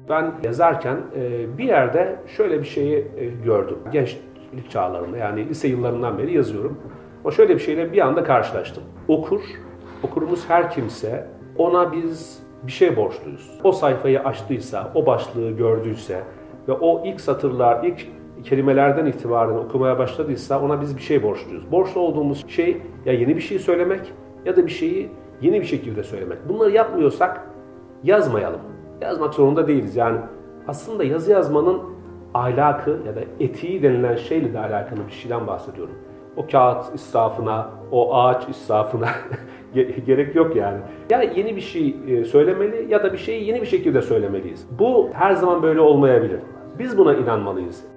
Ben yazarken bir yerde şöyle bir şeyi gördüm. Gençlik çağlarında, yani lise yıllarından beri yazıyorum. O şöyle bir şeyle bir anda karşılaştım. Okurumuz her kimse, ona biz bir şey borçluyuz. O sayfayı açtıysa, o başlığı gördüyse ve o ilk satırlar, ilk kelimelerden itibaren okumaya başladıysa ona biz bir şey borçluyuz. Borçlu olduğumuz şey ya yeni bir şey söylemek ya da bir şeyi yeni bir şekilde söylemek. Bunları yapmıyorsak yazmayalım. Yazmak zorunda değiliz. Yani aslında yazı yazmanın ahlakı ya da etiği denilen şeyle de alakalı bir şeyden bahsediyorum. O kağıt israfına, o ağaç israfına gerek yok yani. Ya yeni bir şey söylemeli ya da bir şeyi yeni bir şekilde söylemeliyiz. Bu her zaman böyle olmayabilir. Biz buna inanmalıyız.